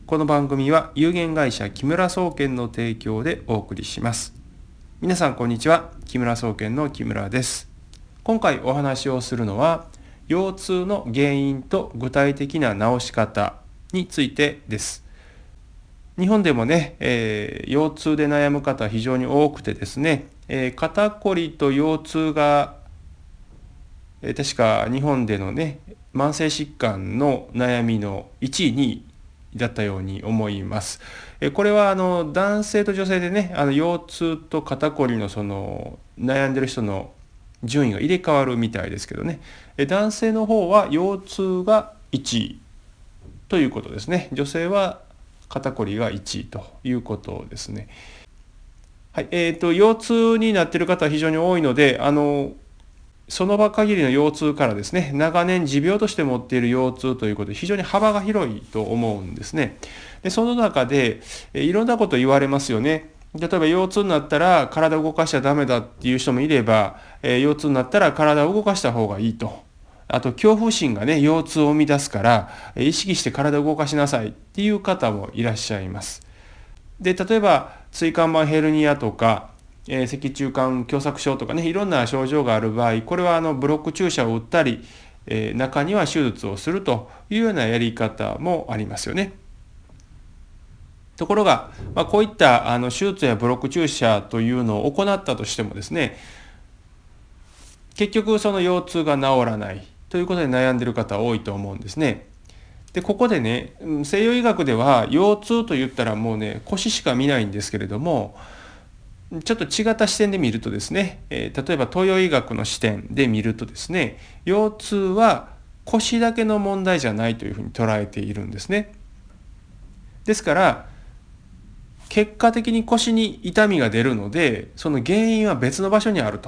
この番組は有限会社木村総研の提供でお送りします。皆さんこんにちは。木村総研の木村です。今回お話をするのは腰痛の原因と具体的な治し方についてです。日本でもね、腰痛で悩む方非常に多くてですね、肩こりと腰痛が、確か日本でのね慢性疾患の悩みの1位2位だったように思います。これは男性と女性でね腰痛と肩こりのその悩んでる人の順位が入れ替わるみたいですけどね、男性の方は腰痛が1位ということですね。女性は肩こりが1位ということですね。はい、腰痛になっている方は非常に多いので、その場限りの腰痛からですね、長年持病として持っている腰痛ということで非常に幅が広いと思うんですね。でその中でいろんなこと言われますよね。例えば腰痛になったら体を動かしちゃダメだっていう人もいれば、腰痛になったら体を動かした方がいいと。あと恐怖心がね腰痛を生み出すから意識して体を動かしなさいっていう方もいらっしゃいます。で例えば椎間板ヘルニアとか脊柱管狭窄症とかねいろんな症状がある場合、これはブロック注射を打ったり、中には手術をするというようなやり方もありますよね。ところが、こういった手術やブロック注射というのを行ったとしてもですね、結局その腰痛が治らないということで悩んでいる方多いと思うんですね。でここでね西洋医学では腰痛と言ったらもうね腰しか見ないんですけれども、ちょっと違った視点で見るとですね、例えば東洋医学の視点で見るとですね、腰痛は腰だけの問題じゃないというふうに捉えているんですね。ですから結果的に腰に痛みが出るので、その原因は別の場所にあると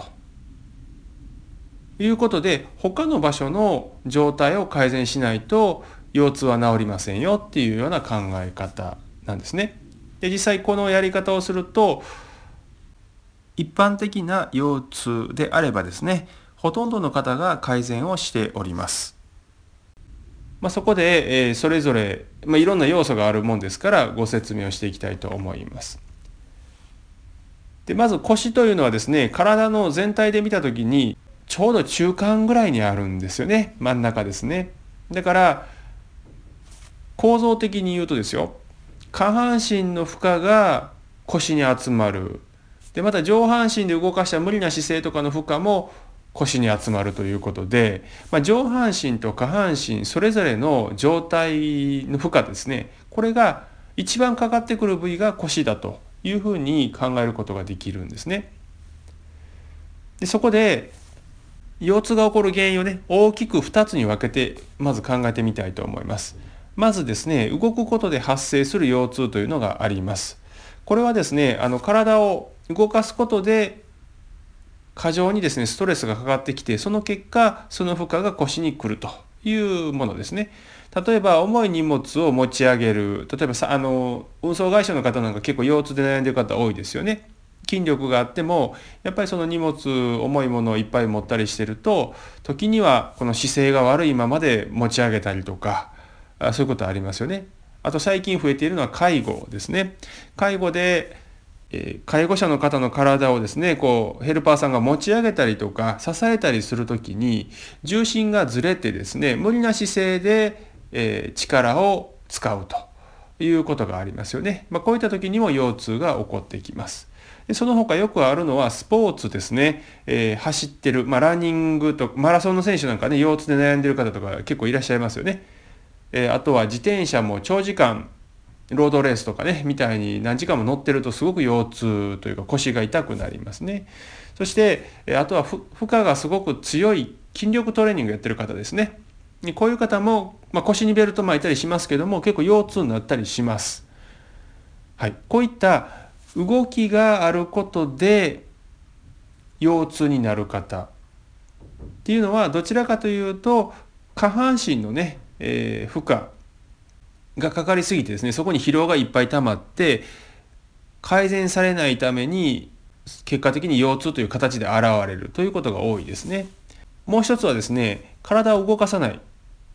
いうことで、他の場所の状態を改善しないと腰痛は治りませんよっていうような考え方なんですね。で実際このやり方をすると、一般的な腰痛であればですね、ほとんどの方が改善をしております。そこで、それぞれ、いろんな要素があるもんですからご説明をしていきたいと思います。でまず腰というのはですね、体の全体で見たときにちょうど中間ぐらいにあるんですよね。真ん中ですね。だから構造的に言うとですよ、下半身の負荷が腰に集まる。でまた上半身で動かした無理な姿勢とかの負荷も腰に集まるということで、上半身と下半身それぞれの状態の負荷ですね、これが一番かかってくる部位が腰だというふうに考えることができるんですね。でそこで腰痛が起こる原因をね大きく2つに分けてまず考えてみたいと思います。まずですね、動くことで発生する腰痛というのがあります。これはですね、体を動かすことで過剰にですねストレスがかかってきて、その結果その負荷が腰に来るというものですね。例えば重い荷物を持ち上げる、例えば運送会社の方なんか結構腰痛で悩んでいる方多いですよね。筋力があってもやっぱりその荷物重いものをいっぱい持ったりしてると、時にはこの姿勢が悪いままで持ち上げたりとか、そういうことありますよね。あと最近増えているのは介護ですね。介護で介護者の方の体をですねヘルパーさんが持ち上げたりとか支えたりするときに重心がずれてですね無理な姿勢で、力を使うということがありますよね。こういった時にも腰痛が起こってきます。でその他よくあるのはスポーツですね。走ってる、ランニングとマラソンの選手なんかね腰痛で悩んでる方とか結構いらっしゃいますよね。あとは自転車も長時間ロードレースとかねみたいに何時間も乗ってるとすごく腰痛というか腰が痛くなりますね。そしてあとは負荷がすごく強い筋力トレーニングやってる方ですね。こういう方も、腰にベルト巻いたりしますけども結構腰痛になったりします。はい、こういった動きがあることで腰痛になる方っていうのはどちらかというと下半身のね、負荷がかかりすぎてですね、そこに疲労がいっぱい溜まって改善されないために結果的に腰痛という形で現れるということが多いですね。もう一つはですね、体を動かさない。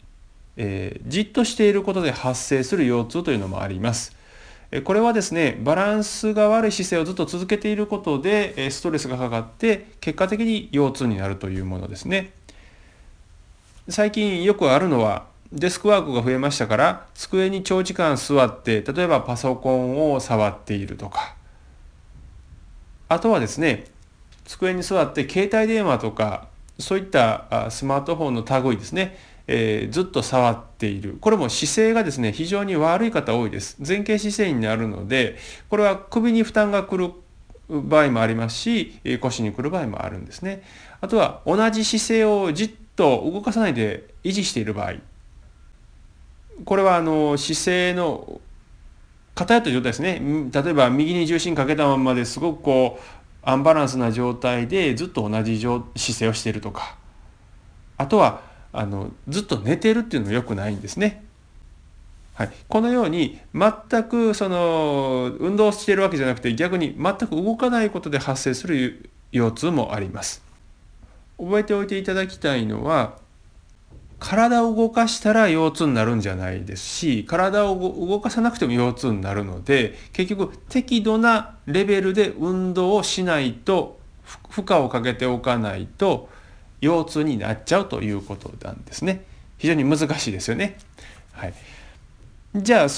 じっとしていることで発生する腰痛というのもあります。これはですね、バランスが悪い姿勢をずっと続けていることでストレスがかかって結果的に腰痛になるというものですね。最近よくあるのはデスクワークが増えましたから机に長時間座って例えばパソコンを触っているとか、あとはですね、机に座って携帯電話とかそういったスマートフォンの類ですね、ずっと触っている。これも姿勢がですね非常に悪い方多いです。前傾姿勢になるので、これは首に負担がくる場合もありますし、腰にくる場合もあるんですね。あとは同じ姿勢をじっと動かさないで維持している場合、これは姿勢の偏った状態ですね。例えば右に重心かけたままですごくアンバランスな状態でずっと同じ姿勢をしているとか、あとはずっと寝てるっていうのも良くないんですね。はい、このように全く運動しているわけじゃなくて逆に全く動かないことで発生する腰痛もあります。覚えておいていただきたいのは、体を動かしたら腰痛になるんじゃないですし、体を動かさなくても腰痛になるので、結局適度なレベルで運動をしないと、負荷をかけておかないと腰痛になっちゃうということなんですね。非常に難しいですよね。はい、じゃあ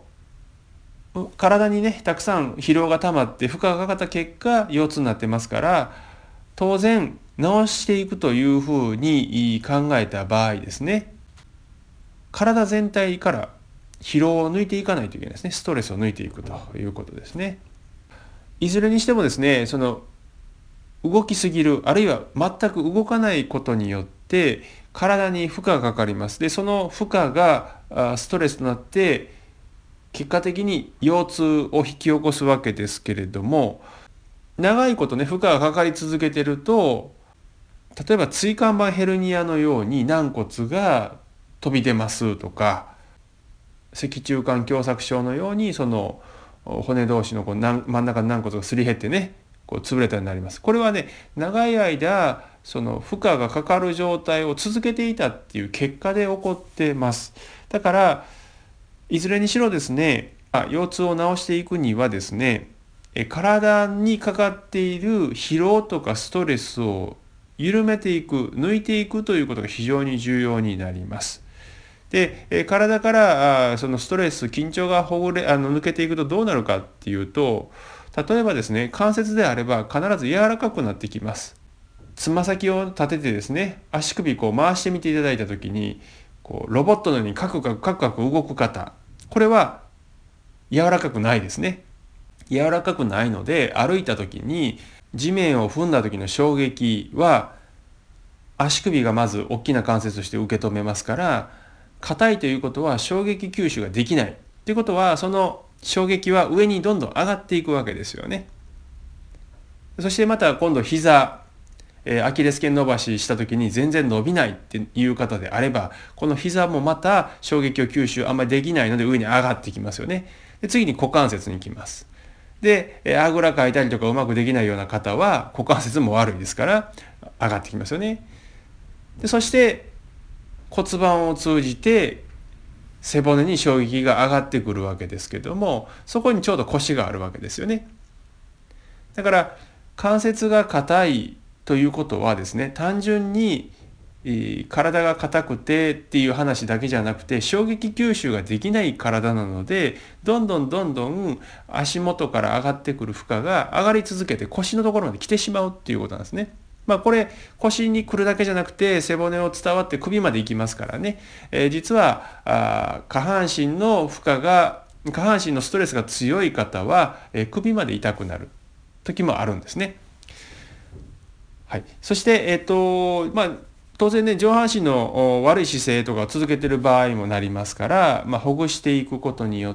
体にねたくさん疲労が溜まって負荷がかかった結果腰痛になってますから、当然治していくというふうに考えた場合ですね、体全体から疲労を抜いていかないといけないですね。ストレスを抜いていくということですね。いずれにしてもですね、動きすぎる、あるいは全く動かないことによって体に負荷がかかります。で、その負荷がストレスとなって結果的に腰痛を引き起こすわけですけれども、長いことね負荷がかかり続けてると、例えば椎間板ヘルニアのように軟骨が飛び出ますとか、脊柱管狭窄症のように骨同士の真ん中の軟骨がすり減ってね潰れたようになります。これはね、長い間負荷がかかる状態を続けていたっていう結果で起こってます。だからいずれにしろですね、腰痛を治していくにはですね、体にかかっている疲労とかストレスを緩めていく、抜いていくということが非常に重要になります。で、体からそのストレス、緊張が抜けていくとどうなるかっていうと、例えばですね、関節であれば必ず柔らかくなってきます。つま先を立ててですね、足首回してみていただいたときに、ロボットのようにカクカクカクカク動く方、これは柔らかくないですね。柔らかくないので、歩いた時に地面を踏んだ時の衝撃は足首がまず大きな関節として受け止めますから、硬いということは衝撃吸収ができないということは、その衝撃は上にどんどん上がっていくわけですよね。そしてまた今度膝、アキレス腱伸ばしした時に全然伸びないっていう方であれば、この膝もまた衝撃を吸収あんまりできないので上に上がってきますよね。で、次に股関節に行きます。で、あぐらかいたりとかうまくできないような方は股関節も悪いですから上がってきますよね。で、そして骨盤を通じて背骨に衝撃が上がってくるわけですけども、そこにちょうど腰があるわけですよね。だから関節が硬いということはですね、単純に体が硬くてっていう話だけじゃなくて、衝撃吸収ができない体なので、どんどん足元から上がってくる負荷が上がり続けて腰のところまで来てしまうっていうことなんですね。これ腰に来るだけじゃなくて背骨を伝わって首まで行きますからね、実は下半身のストレスが強い方は、首まで痛くなる時もあるんですね。はい、そして、当然ね、上半身の悪い姿勢とかを続けている場合もなりますから、ほぐしていくことによって、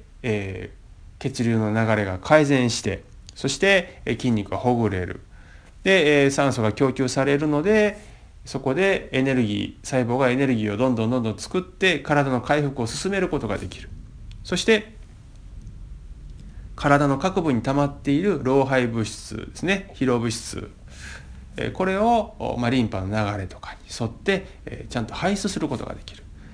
血流の流れが改善して、そして筋肉がほぐれる。で、酸素が供給されるので、そこで細胞がエネルギーをどんどん作って体の回復を進めることができる。そして体の各部に溜まっている老廃物質ですね、疲労物質、これをリンパの流れとかに沿ってちゃんと排出することができる。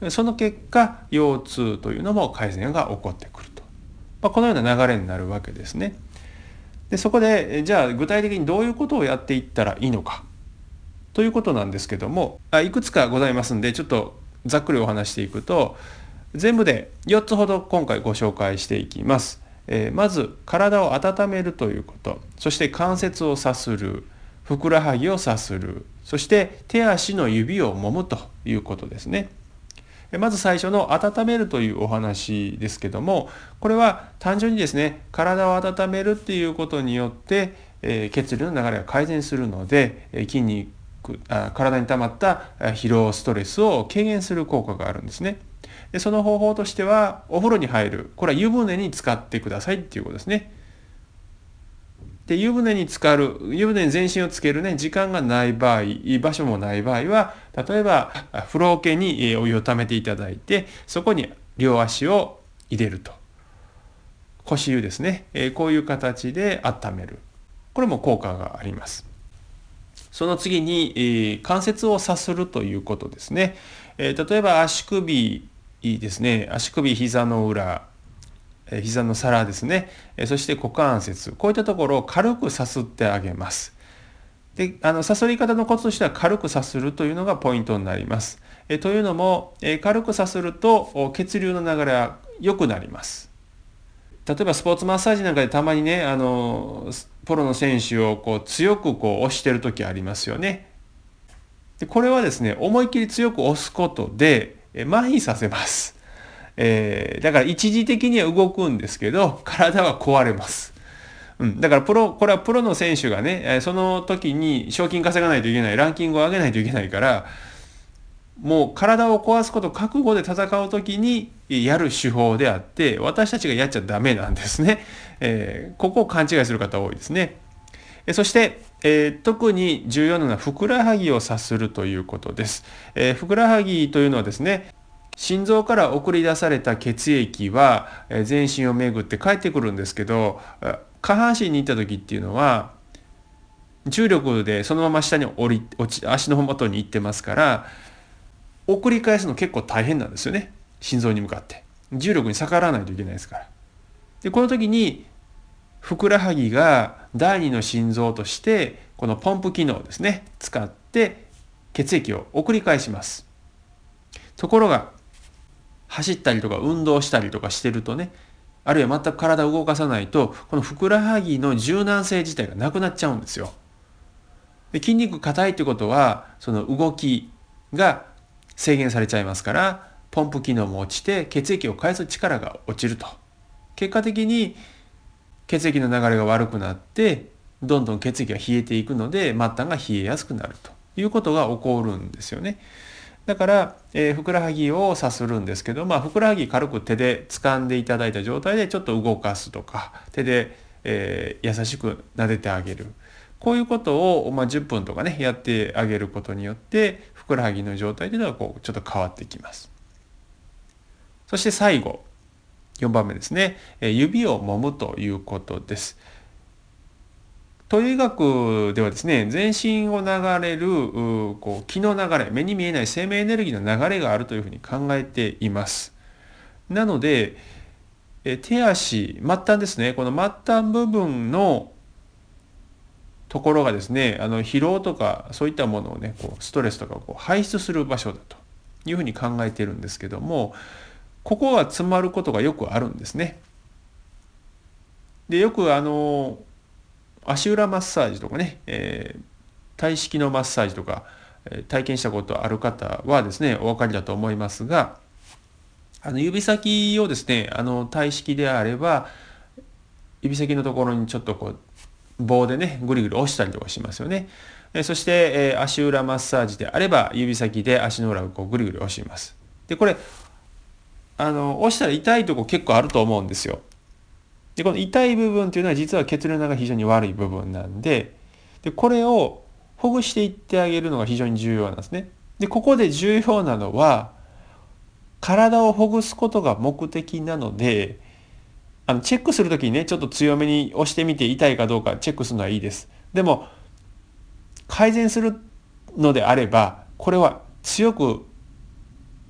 その結果腰痛というのも改善が起こってくると、このような流れになるわけですね。でそこでじゃあ具体的にどういうことをやっていったらいいのかということなんですけども、いくつかございますんでちょっとざっくりお話していくと、全部で4つほど今回ご紹介していきます。まず体を温めるということ、そして関節をさする、ふくらはぎをさする、そして手足の指を揉むということですね。まず最初の温めるというお話ですけども、これは単純にですね、体を温めるっていうことによって、血流の流れが改善するので、体に溜まった疲労ストレスを軽減する効果があるんですね。でその方法としてはお風呂に入る、これは湯船に浸かってくださいっていうことですね。で湯船に全身をつけるね時間がない場合、場所もない場合は、例えば風呂桶にお湯をためていただいて、そこに両足を入れると、腰湯ですね、こういう形で温める、これも効果があります。その次に、関節をさするということですね。例えば足首ですね、足首、膝の裏、膝の皿ですね、そして股関節、こういったところを軽くさすってあげます。でさすり方のコツとしては軽くさするというのがポイントになります。というのも、軽くさすると血流の流れは良くなります。例えばスポーツマッサージなんかでたまにね、プロの選手を強く押してる時ありますよね。でこれはですね、思いっきり強く押すことで麻痺させます。だから一時的には動くんですけど、体は壊れます。だからこれはプロの選手がね、その時に賞金稼がないといけない、ランキングを上げないといけないから、もう体を壊すこと覚悟で戦う時にやる手法であって、私たちがやっちゃダメなんですね。ここを勘違いする方多いですね。そして、特に重要なのはふくらはぎをさするということです。ふくらはぎというのはですね、心臓から送り出された血液は全身を巡って帰ってくるんですけど、下半身に行った時っていうのは重力でそのまま下に落ち足の元に行ってますから、送り返すの結構大変なんですよね。心臓に向かって重力に逆らわないといけないですから。でこの時にふくらはぎが第二の心臓としてこのポンプ機能をですね使って血液を送り返します。ところが走ったりとか運動したりとかしてるとね、あるいは全く体を動かさないと、このふくらはぎの柔軟性自体がなくなっちゃうんですよ。で筋肉硬いってことはその動きが制限されちゃいますから、ポンプ機能も落ちて血液を返す力が落ちると、結果的に血液の流れが悪くなってどんどん血液が冷えていくので末端が冷えやすくなるということが起こるんですよね。だから、ふくらはぎをさするんですけど、ふくらはぎ軽く手で掴んでいただいた状態でちょっと動かすとか、手で、優しく撫でてあげる、こういうことを、10分とかねやってあげることによってふくらはぎの状態というのはちょっと変わってきます。そして最後4番目ですね、指を揉むということです。東洋医学ではですね、全身を流れる気の流れ、目に見えない生命エネルギーの流れがあるというふうに考えています。なので手足、末端ですね、この末端部分のところがですね、疲労とかそういったものをね、ストレスとかを排出する場所だというふうに考えているんですけども、ここが詰まることがよくあるんですね。でよく足裏マッサージとかね、体式のマッサージとか体験したことある方はですねお分かりだと思いますが、指先をですね体式であれば指先のところにちょっと棒でねぐりぐり押したりとかしますよね。そして、足裏マッサージであれば指先で足の裏をぐりぐり押します。でこれ押したら痛いとこ結構あると思うんですよ。でこの痛い部分っていうのは実は血流が非常に悪い部分なんで、これをほぐしていってあげるのが非常に重要なんですね。でここで重要なのは体をほぐすことが目的なので、チェックするときにねちょっと強めに押してみて痛いかどうかチェックするのはいいです。でも改善するのであればこれは強く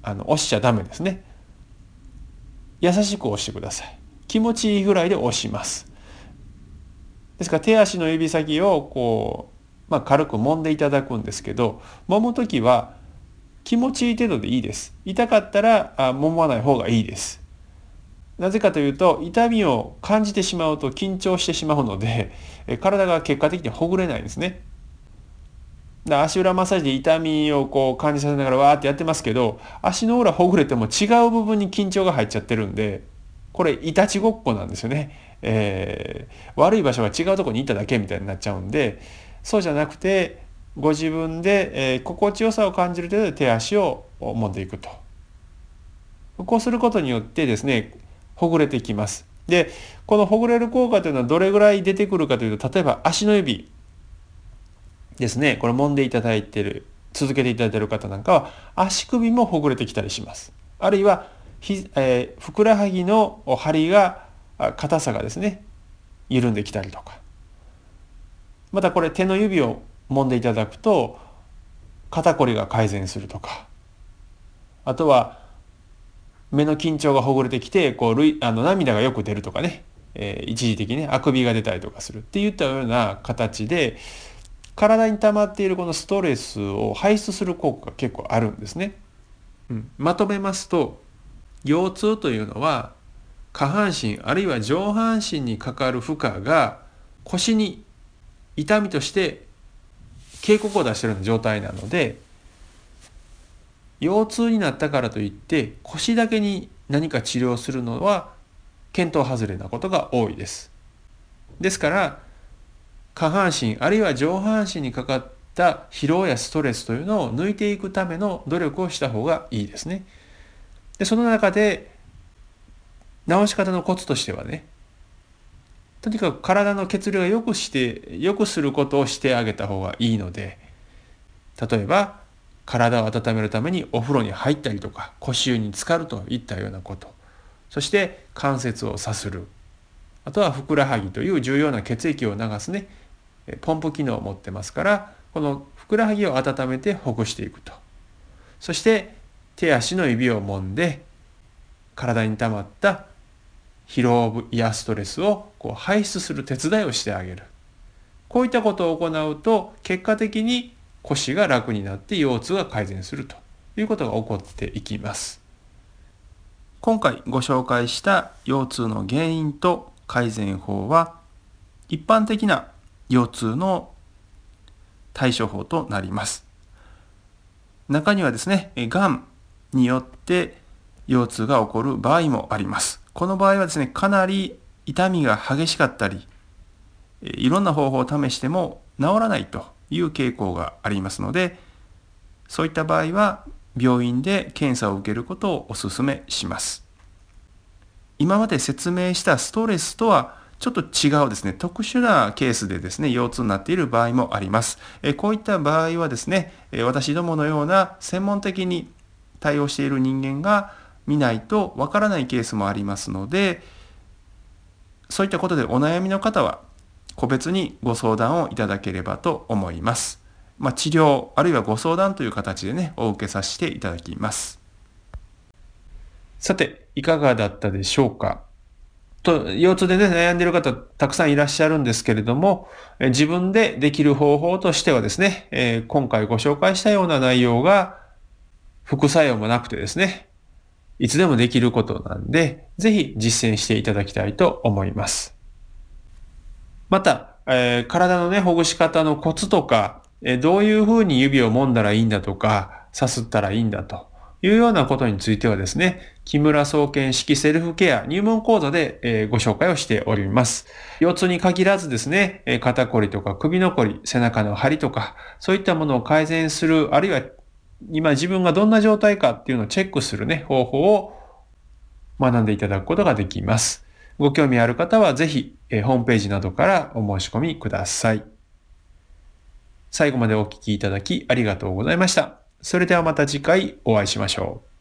押しちゃダメですね。優しく押してください。気持ちいいぐらいで押します。ですから手足の指先を軽く揉んでいただくんですけど、揉むときは気持ちいい程度でいいです。痛かったら揉まない方がいいです。なぜかというと、痛みを感じてしまうと緊張してしまうので、体が結果的にほぐれないんですね。足裏マッサージで痛みを感じさせながらわーってやってますけど、足の裏ほぐれても違う部分に緊張が入っちゃってるんで、これいたちごっこなんですよね。悪い場所が違うところにいただけみたいになっちゃうんで、そうじゃなくてご自分で、心地よさを感じる程度で手足を揉んでいくと。こうすることによってですね、ほぐれてきます。で、このほぐれる効果というのはどれぐらい出てくるかというと、例えば足の指ですね、これ揉んでいただいている、続けていただいている方なんかは足首もほぐれてきたりします。あるいはふくらはぎの張りが、硬さがですね緩んできたりとか、またこれ手の指を揉んでいただくと肩こりが改善するとか、あとは目の緊張がほぐれてきて涙がよく出るとかね、一時的にねあくびが出たりとかするっていったような形で、体に溜まっているこのストレスを排出する効果が結構あるんですね。まとめますと、腰痛というのは下半身あるいは上半身にかかる負荷が腰に痛みとして警告を出しているような状態なので、腰痛になったからといって腰だけに何か治療するのは見当外れなことが多いです。ですから下半身あるいは上半身にかかった疲労やストレスというのを抜いていくための努力をした方がいいですね。で、その中で治し方のコツとしてはね、とにかく体の血流を良くすることをしてあげた方がいいので、例えば体を温めるためにお風呂に入ったりとか腰湯に浸かるといったようなこと、そして関節をさする、あとはふくらはぎという重要な血液を流すねポンプ機能を持ってますから、このふくらはぎを温めてほぐしていくと。そして手足の指を揉んで体に溜まった疲労やストレスを排出する手伝いをしてあげる。こういったことを行うと結果的に腰が楽になって腰痛が改善するということが起こっていきます。今回ご紹介した腰痛の原因と改善法は一般的な腰痛の対処法となります。中にはですね、がんによって腰痛が起こる場合もあります。この場合はですね、かなり痛みが激しかったり、いろんな方法を試しても治らないという傾向がありますので、そういった場合は病院で検査を受けることをお勧めします。今まで説明したストレスとはちょっと違うですね、特殊なケースでですね、腰痛になっている場合もあります。こういった場合はですね、私どものような専門的に対応している人間が見ないとわからないケースもありますので、そういったことでお悩みの方は個別にご相談をいただければと思います。治療あるいはご相談という形でね、お受けさせていただきます。さて、いかがだったでしょうか。腰痛でね、悩んでいる方たくさんいらっしゃるんですけれども、自分でできる方法としてはですね、今回ご紹介したような内容が副作用もなくてですね、いつでもできることなんで、ぜひ実践していただきたいと思います。また、体のね、ほぐし方のコツとか、どういうふうに指を揉んだらいいんだとか、さすったらいいんだというようなことについてはですね、木村総研式セルフケア入門講座で、ご紹介をしております。腰痛に限らずですね、肩こりとか首のこり、背中の張りとか、そういったものを改善する、あるいは今自分がどんな状態かっていうのをチェックするね、方法を学んでいただくことができます。ご興味ある方はぜひ、ホームページなどからお申し込みください。最後までお聞きいただきありがとうございました。それではまた次回お会いしましょう。